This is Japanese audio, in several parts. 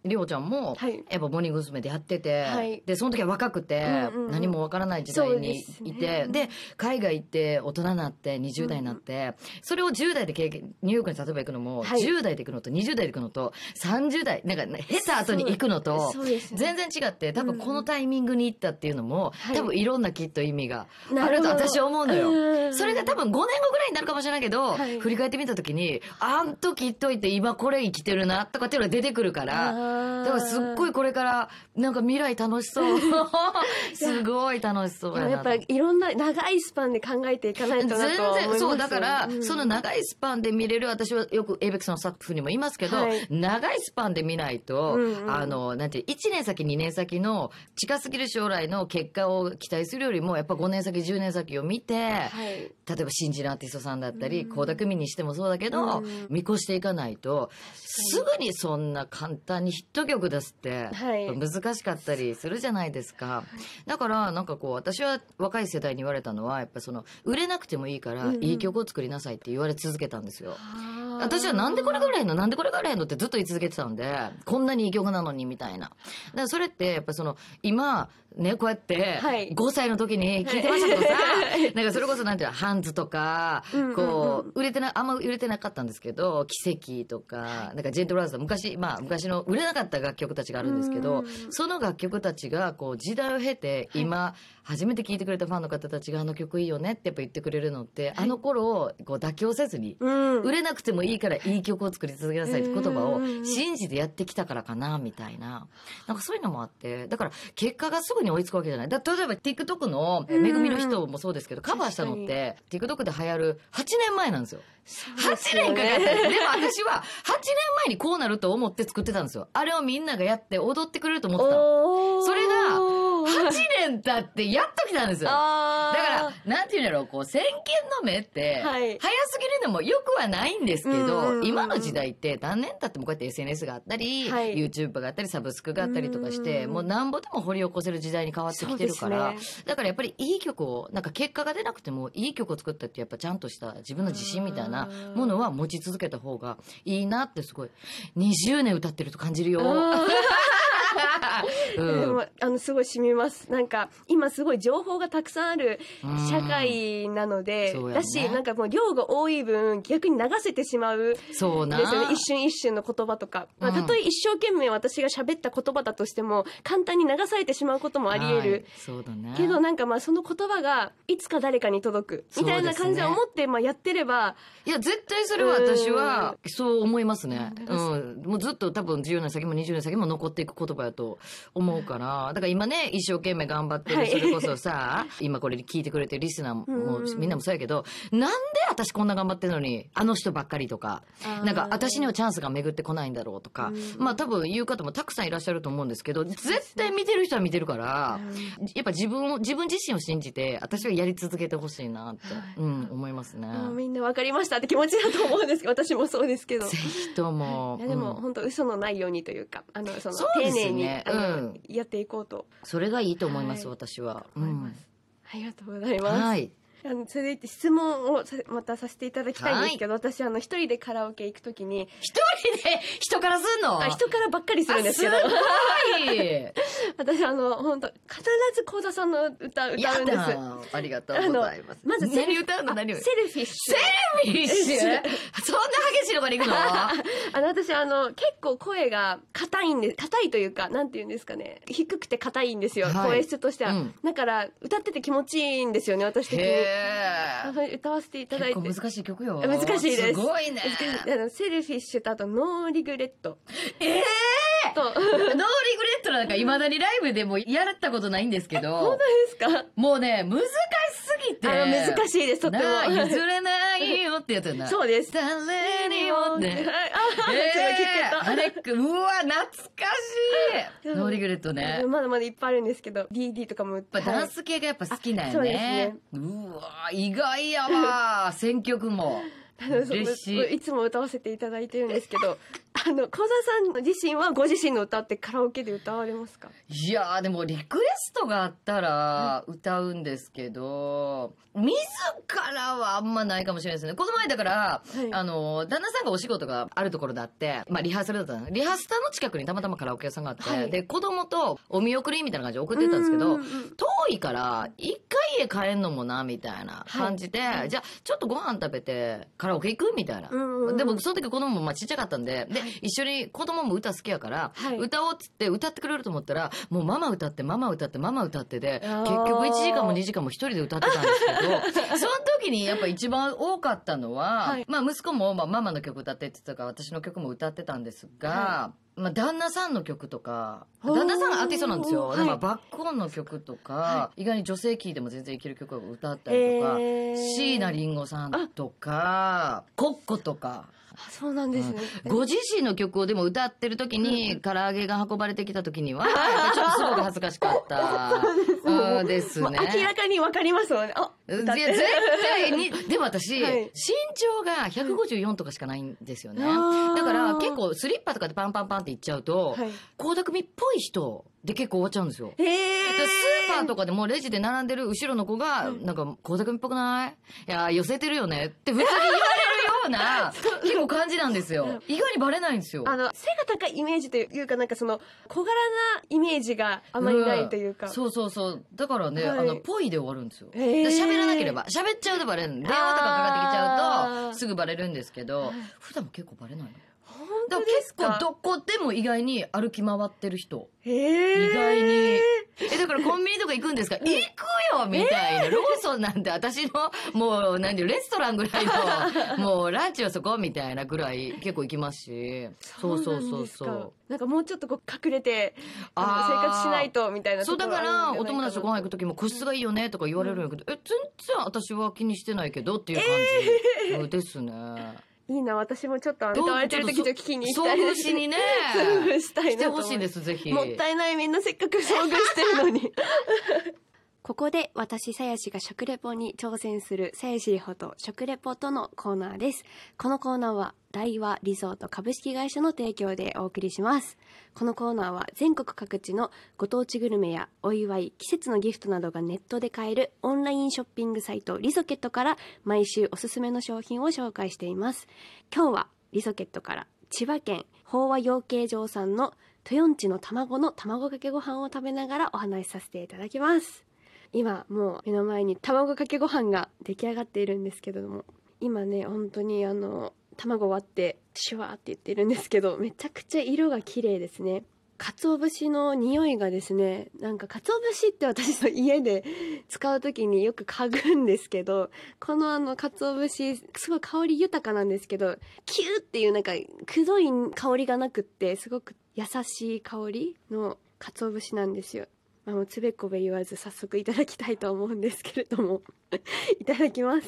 りょうちゃんも、 はいやっぱモーニング娘。でやってて、 はい、 で、その時は若くて、何もわからない時代にいて、で、海外行って大人になって20代になって、それを10代で経験、ニューヨークに例えば行くのも、10代で行くのと20代で行くのと、30代、なんか、経た後に行くのと、全然違って、多分このタイミングに行ったっていうのも、多分いろんなきっと意味があると私は思うのよ。それが多分5年後ぐらいになるかもしれないけど、振り返ってみた時に、あん時言っといて今これ生きてるな、とかっていうのが出てくるから、だからすっごいこれからなんか未来楽しそうすごい楽しそうやな。 やっぱいろんな長いスパンで考えていかないとなと思います。全然そうだから、その長いスパンで見れる、私はよくエイベックスのスタッフにも言いますけど、長いスパンで見ないと、なんて1年先2年先の近すぎる将来の結果を期待するよりもやっぱ5年先10年先を見て、例えば新人のアーティストさんだったり倖田來未にしてもそうだけど、見越していかないとすぐにそんな簡単にヒット曲出すって難しかったりするじゃないですか。だからなんかこう私は若い世代に言われたのはやっぱその売れなくてもいいからいい曲を作りなさいって言われ続けたんですよ。私はなんでこれが売れへんのなんでこれが売れへんのってずっと言い続けてたんで、こんなにいい曲なのにみたいな。だからそれってやっぱその今ねこうやって5歳の時に聞いてましたけどさ、なんかそれこそなんていうのハンズとかこうあんま売れてなかったんですけど、奇跡とかなんかジェントルラーズと昔の売れなかった楽曲たちがあるんですけど、その楽曲たちがこう時代を経て今初めて聴いてくれたファンの方たちがあの曲いいよねってやっぱ言ってくれるのって、あの頃こう妥協せずに売れなくてもいいからいい曲を作り続けなさいって言葉を信じてやってきたからかなみたいな、なんかそういうのもあって、だから結果がすぐに追いつくわけじゃない。例えば TikTok のめぐみの人もそうですけど、カバーしたのって TikTok で流行る8年前なんですよ。8年かかったんです。でも私は8年前にこうなると思って作ってたんですよ。あれをみんながやって踊ってくれると思ってたの。それが8年経ってやっときたんですよ。だからなんていうんだろう、こう先見の目って早すぎるのもよくはないんですけど、今の時代って何年経ってもこうやって SNS があったり、YouTube があったりサブスクがあったりとかして、もうなんぼでも掘り起こせる時代に変わってきてるから、だからやっぱりいい曲をなんか結果が出なくてもいい曲を作ったってやっぱちゃんとした自分の自信みたいなものは持ち続けた方がいいなってすごい20年歌ってると感じるよ。 でもすごい染みます。なんか今すごい情報がたくさんある社会なので、だしなんかもう量が多い分逆に流せてしまうんですよね。一瞬一瞬の言葉とか、たとえ一生懸命私が喋った言葉だとしても簡単に流されてしまうこともあり得る、 そうだね、 けどなんかその言葉がいつか誰かに届くみたいな感じで思ってやってれば、 いや絶対それは私はそう思いますね。もうずっと多分10年先も20年先も残っていく言葉やと思うから、だから今ね一生懸命頑張ってる、それこそさ今これ聞いてくれてるリスナーもみんなもそうやけど、なんで私こんな頑張ってるのにあの人ばっかりとか、なんか私にはチャンスが巡ってこないんだろうとか、多分言う方もたくさんいらっしゃると思うんですけど、絶対見てる人は見てるから、やっぱ自分自身を信じて私はやり続けてほしいなって、思いますね。 みんな分かりましたって気持ちだと思うんですけど、私もそうですけど、 ぜひともでも本当嘘のないようにというか、その丁寧にやっていこうと、 それがいいと思います、私は。 ありがとうございます。続いて質問をまたさせていただきたいんですけど、私一人でカラオケ行くときに一人で人からすんの？ 人からばっかりするんですけど、 すごい私本当必ず幸田さんの歌歌うんです。 ありがとうございます。 まず何歌うの？何を？ セルフィッシュ。 セルフィッシュ？そんな激しいのから行くの？ 私結構声が硬いというか、なんていうんですかね、低くて硬いんですよ、声質としては。だから歌ってて気持ちいいんですよね、私的に。歌わせていただいて。 結構難しい曲よ。 難しいです。 すごいね。 セルフィッシュとあとノーリグレット。 ノーリグレットなんかいまだにライブでもやったことないんですけど。 本当ですか？ もうね、難しすぎて。 難しいです、とっても。 譲れないよってやつやな。 そうです。 誰にもね。あれ、うわ、懐かしい。ノーリグレットね。 まだまだいっぱいあるんですけど、DD とかも。 ダンス系がやっぱ好きなんよね。 そうですね。 うわ、意外やわ。選曲も。 嬉しい。 いつも歌わせていただいてるんですけど幸田さん自身はご自身の歌ってカラオケで歌われますか？ いやでもリクエストがあったら歌うんですけど、自らはあんまないかもしれないですね。この前だから、はい、旦那さんがお仕事があるところだって、リハーサルだったの。リハスタの近くにたまたまカラオケ屋さんがあって、はい、で子供とお見送りみたいな感じで送ってたんですけど、遠いから一回家帰んのもなみたいな感じで、はい、じゃあちょっとご飯食べてカラオケ行くみたいな、でもその時子供もちっちゃかったんで、一緒に子供も歌好きやから、はい、歌おうっつって歌ってくれると思ったら、もうママ歌ってママ歌ってママ歌ってで、結局1時間も2時間も一人で歌ってたんですけどその時にやっぱ一番多かったのは、はい、息子もママの曲歌ってって言ってたから私の曲も歌ってたんですが、はい、旦那さんの曲とか、旦那さんがアーティストなんですよ。はい、バックオンの曲とか、はい、意外に女性キーでも全然いける曲を歌ったりとか、椎名林檎さんとか、コッコとか。 そうなんですね、 ご自身の曲をでも歌ってる時に唐揚げが運ばれてきた時にはちょっとすごく恥ずかしかったですね。 明らかに分かりますもんね。 絶対に。でも私、はい、身長が154とかしかないんですよね。だから結構スリッパとかでパンパンパンっていっちゃうと、倖田來未っぽい人で結構終わっちゃうんですよ。スーパーとかでもレジで並んでる後ろの子が、なんか倖田來未っぽくない？いや寄せてるよねって普通に言われるような結構感じなんですよ。意外にバレないんですよ。 背が高いイメージというか、なんかその小柄なイメージがあまりないというか、 そうそうそう。だからね、ぽいで終わるんですよ。喋らなければ、喋っちゃうとバレる。電話とかかかってきちゃうとすぐバレるんですけど、普段も結構バレないの。 本当ですか？ 結構どこでも意外に歩き回ってる人、意外にだからコンビニとか行くんですか？行くよみたいな。ローソンなんて私のもうレストランぐらいのもうランチはそこみたいなぐらい結構行きますし。そうそうそうそう。 なんかもうちょっとこう隠れて生活しないとみたいなところあるんじゃないかな。 そうだからお友達とご飯行く時も個室がいいよねとか言われるんやけど、全然私は気にしてないけどっていう感じですね。 いいな、私もちょっと歌われてる時と聞きに行きたいです。 遭遇しにね。 遭遇したいなしてほしいです、ぜひ。 もったいない、みんなせっかく遭遇してるのに。ここで私さやしが食レポに挑戦するさやしりほと食レポとのコーナーです。このコーナーは大和リゾート株式会社の提供でお送りします。このコーナーは全国各地のご当地グルメやお祝い、季節のギフトなどがネットで買えるオンラインショッピングサイトリゾケットから毎週おすすめの商品を紹介しています。今日はリゾケットから千葉県豊和養鶏場さんの豊んちの卵の卵かけご飯を食べながらお話しさせていただきます。今もう目の前に卵かけご飯が出来上がっているんですけれども、今ね本当に卵割ってシュワーって言ってるんですけど、めちゃくちゃ色が綺麗ですね。鰹節の匂いがですね、なんか鰹節って私の家で使う時によく嗅ぐんですけど、この鰹節すごい香り豊かなんですけど、キューっていうなんかくどい香りがなくって、すごく優しい香りの鰹節なんですよ。もうつべこべ言わず早速いただきたいと思うんですけれどもいただきます。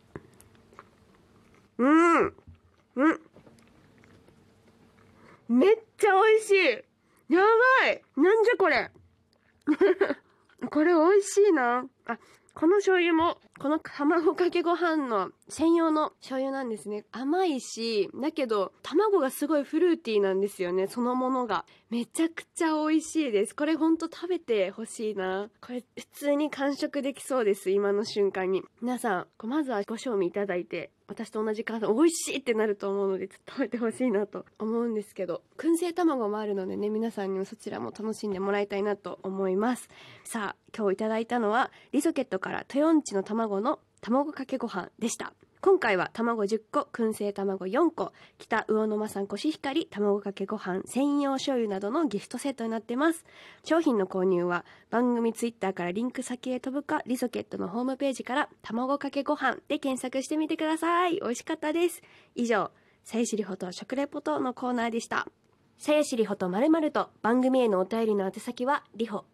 めっちゃ美味しい。やばい、なんじゃこれこれ美味しいな。この醤油もこの卵かけご飯の専用の醤油なんですね。甘いし、だけど卵がすごいフルーティーなんですよね。そのものがめちゃくちゃ美味しいです。これほんと食べてほしいな。これ普通に完食できそうです。今の瞬間に皆さんまずはご賞味いただいて、私と同じ感想美味しいってなると思うので、ちょっと食べてほしいなと思うんですけど、燻製卵もあるのでね、皆さんにもそちらも楽しんでもらいたいなと思います。さあ今日いただいたのはリゾケットから豊んちの卵の卵かけご飯でした。今回は卵10個、燻製卵4個、北魚沼産コシヒカリ卵かけご飯専用醤油などのギフトセットになってます。商品の購入は番組ツイッターからリンク先へ飛ぶか、リゾケットのホームページから卵かけご飯で検索してみてください。美味しかったです。以上、さやしりほと食レポとのコーナーでした。さやしりほと〇〇と番組へのお便りの宛先はりほ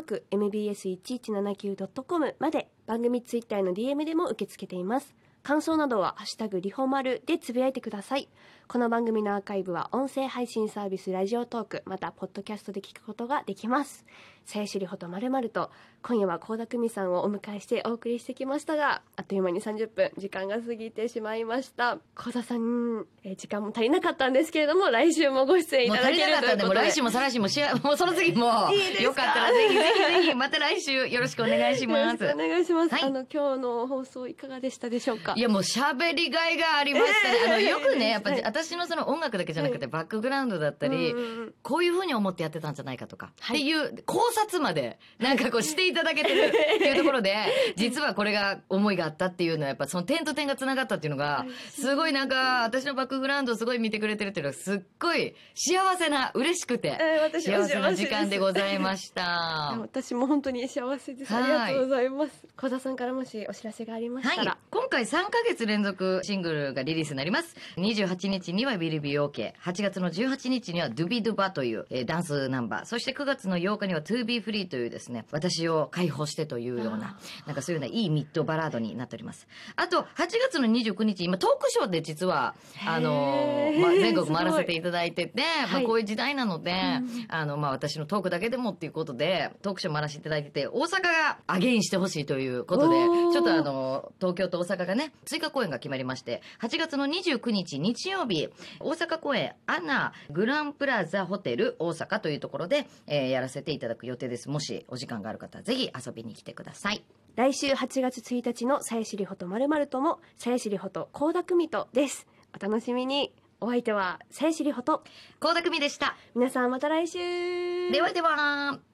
@mbs1179.com まで、番組ツイッターの DM でも受け付けています。感想などはハッシュタグりほまるでつぶやいてください。 この番組のアーカイブは音声配信サービスラジオトーク、またポッドキャストで聞くことができます。さやしりほとまるまると、今夜は倖田來未さんをお迎えしてお送りしてきましたが、あっという間に30分時間が過ぎてしまいました。倖田さん、時間も足りなかったんですけれども、来週もご出演いただけるということで。 もう来週も再来週ももうその次もよかったらぜひぜひぜひまた来週よろしくお願いします。 よろしくお願いします。はい、今日の放送いかがでしたでしょうか。 いやもう喋りがいがありましたね。よくね、やっぱり私のその音楽だけじゃなくてバックグラウンドだったり、こういう風に思ってやってたんじゃないかとか、っていう考察までなんかこうしていただけてるっていうところで、実はこれが思いがあったっていうのはやっぱその点と点がつながったっていうのがすごいなんか私のバックグラウンドをすごい見てくれてるっていうのはすっごい幸せな嬉しくて幸せな時間でございました。 私も本当に幸せです。ありがとうございます。倖田さんからもしお知らせがありましたら。 今回3ヶ月連続シングルがリリースになります。28日には Will Be OK、 8月の18日には Doobie Dooba という、ダンスナンバー、そして9月の8日には To Be Free というですね、私を解放してというようななんかそういうようないいミッドバラードになっております。あと8月の29日今トークショーで実は全国回らせていただいてて、こういう時代なので、私のトークだけでもっていうことでトークショー回らせていただいてて、大阪がアゲインしてほしいということで、ちょっと東京と大阪がね追加公演が決まりまして、8月の29日日曜日大阪公演アナグランプラザホテル大阪というところで、やらせていただく予定です。もしお時間がある方はぜひ遊びに来てください。 来週8月1日のさやしりほとまるまるともさやしりほと倖田來未とです。お楽しみに。お相手はさやしりほと倖田來未でした。 皆さんまた来週。 ではでは。